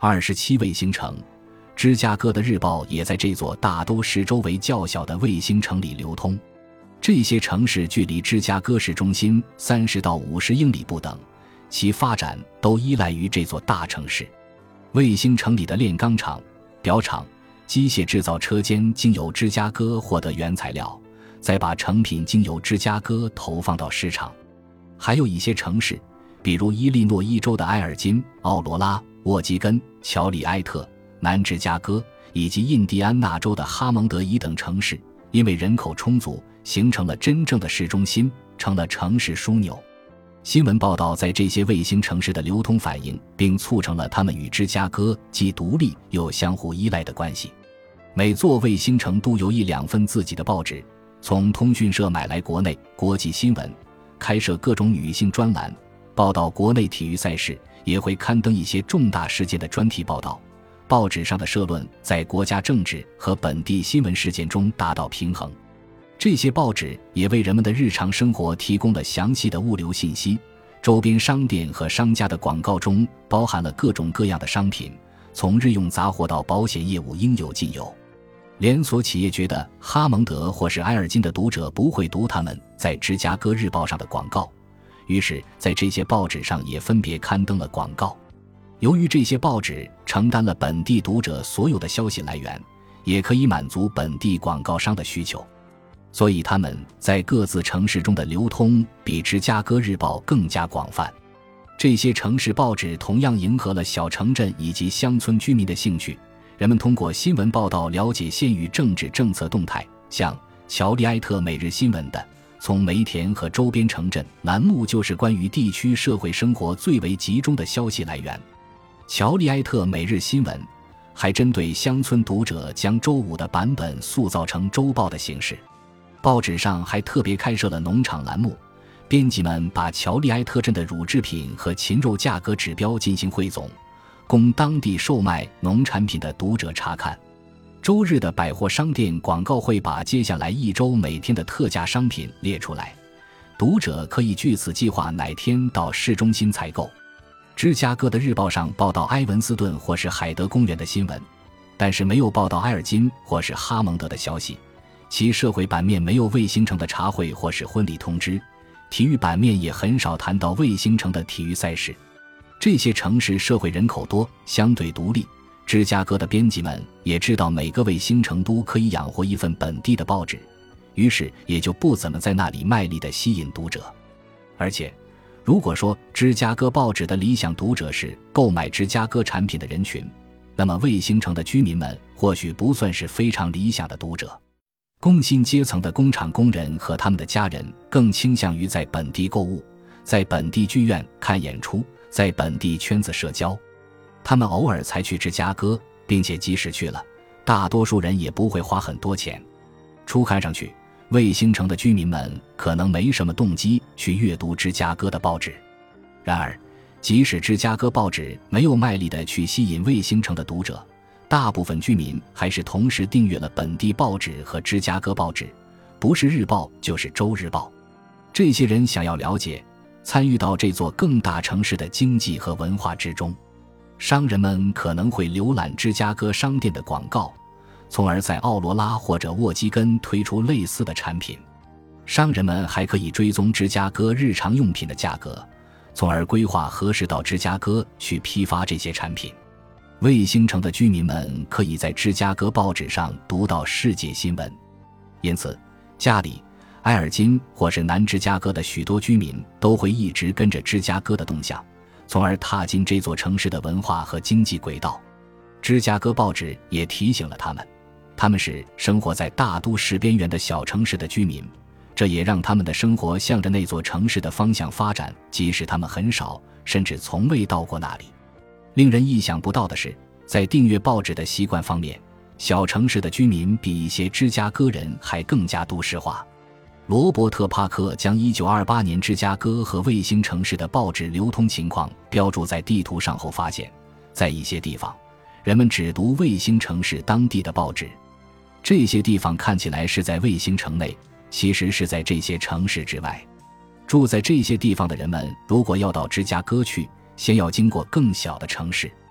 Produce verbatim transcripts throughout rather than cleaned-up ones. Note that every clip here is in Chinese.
二十七卫星城，芝加哥的日报也在这座大都市周围较小的卫星城里流通。这些城市距离芝加哥市中心三十到五十英里不等，其发展都依赖于这座大城市。卫星城里的炼钢厂、表厂、机械制造车间经由芝加哥获得原材料，再把成品经由芝加哥投放到市场。还有一些城市，比如伊利诺伊州的埃尔金、奥罗拉、沃基根、乔里埃特、南芝加哥以及印第安纳州的哈蒙德伊等城市，因为人口充足，形成了真正的市中心，成了城市枢纽。新闻报道在这些卫星城市的流通反映，并促成了他们与芝加哥既独立又相互依赖的关系。每座卫星城都有一两份自己的报纸，从通讯社买来国内、国际新闻，开设各种女性专栏，报道国内体育赛事，也会刊登一些重大事件的专题报道。报纸上的社论在国家政治和本地新闻事件中达到平衡。这些报纸也为人们的日常生活提供了详细的物流信息，周边商店和商家的广告中包含了各种各样的商品，从日用杂货到保险业务应有尽有。连锁企业觉得哈蒙德或是埃尔金的读者不会读他们在芝加哥日报上的广告，于是在这些报纸上也分别刊登了广告。由于这些报纸承担了本地读者所有的消息来源，也可以满足本地广告商的需求，所以他们在各自城市中的流通比芝加哥日报更加广泛。这些城市报纸同样迎合了小城镇以及乡村居民的兴趣，人们通过新闻报道了解县域政治政策动态，像乔利埃特每日新闻的从梅田和周边城镇栏目就是关于地区社会生活最为集中的消息来源。乔利埃特每日新闻还针对乡村读者将周五的版本塑造成周报的形式。报纸上还特别开设了农场栏目，编辑们把乔利埃特镇的乳制品和禽肉价格指标进行汇总，供当地售卖农产品的读者查看。周日的百货商店广告会把接下来一周每天的特价商品列出来，读者可以据此计划哪天到市中心采购。芝加哥的日报上报道埃文斯顿或是海德公园的新闻，但是没有报道埃尔金或是哈蒙德的消息。其社会版面没有卫星城的茶会或是婚礼通知，体育版面也很少谈到卫星城的体育赛事。这些城市社会人口多，相对独立，芝加哥的编辑们也知道每个卫星城都可以养活一份本地的报纸，于是也就不怎么在那里卖力地吸引读者。而且如果说芝加哥报纸的理想读者是购买芝加哥产品的人群，那么卫星城的居民们或许不算是非常理想的读者。工薪阶层的工厂工人和他们的家人更倾向于在本地购物，在本地剧院看演出，在本地圈子社交。他们偶尔才去芝加哥，并且即使去了，大多数人也不会花很多钱。初看上去，卫星城的居民们可能没什么动机去阅读芝加哥的报纸。然而，即使芝加哥报纸没有卖力地去吸引卫星城的读者，大部分居民还是同时订阅了本地报纸和芝加哥报纸，不是日报就是周日报。这些人想要了解、参与到这座更大城市的经济和文化之中。商人们可能会浏览芝加哥商店的广告，从而在奥罗拉或者沃基根推出类似的产品。商人们还可以追踪芝加哥日常用品的价格，从而规划何时到芝加哥去批发这些产品。卫星城的居民们可以在芝加哥报纸上读到世界新闻，因此加里、埃尔金或是南芝加哥的许多居民都会一直跟着芝加哥的动向，从而踏进这座城市的文化和经济轨道。芝加哥报纸也提醒了他们，他们是生活在大都市边缘的小城市的居民，这也让他们的生活向着那座城市的方向发展，即使他们很少甚至从未到过那里。令人意想不到的是，在订阅报纸的习惯方面，小城市的居民比一些芝加哥人还更加都市化。罗伯特·帕克将一九二八年芝加哥和卫星城市的报纸流通情况标注在地图上后发现，在一些地方，人们只读卫星城市当地的报纸。这些地方看起来是在卫星城内，其实是在这些城市之外。住在这些地方的人们如果要到芝加哥去，先要经过更小的城市。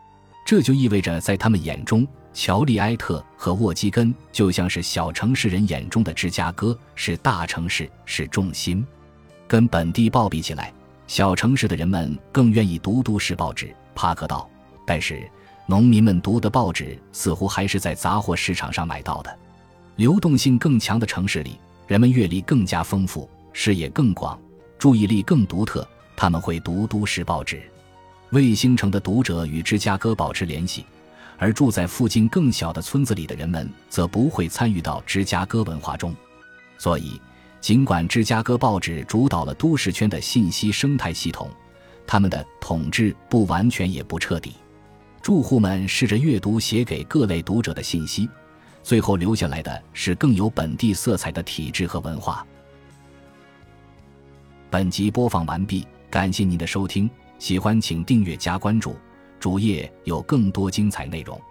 这就意味着在他们眼中，乔利埃特和沃基根就像是小城市人眼中的芝加哥，是大城市，是重心。跟本地报比起来，小城市的人们更愿意读都市报纸，帕克道。但是农民们读的报纸似乎还是在杂货市场上买到的。流动性更强的城市里，人们阅历更加丰富，视野更广，注意力更独特，他们会读都市报纸。卫星城的读者与芝加哥保持联系，而住在附近更小的村子里的人们则不会参与到芝加哥文化中。所以尽管芝加哥报纸主导了都市圈的信息生态系统，他们的统治不完全也不彻底。住户们试着阅读写给各类读者的信息，最后留下来的是更有本地色彩的体制和文化。本集播放完毕，感谢您的收听，喜欢请订阅加关注，主页有更多精彩内容。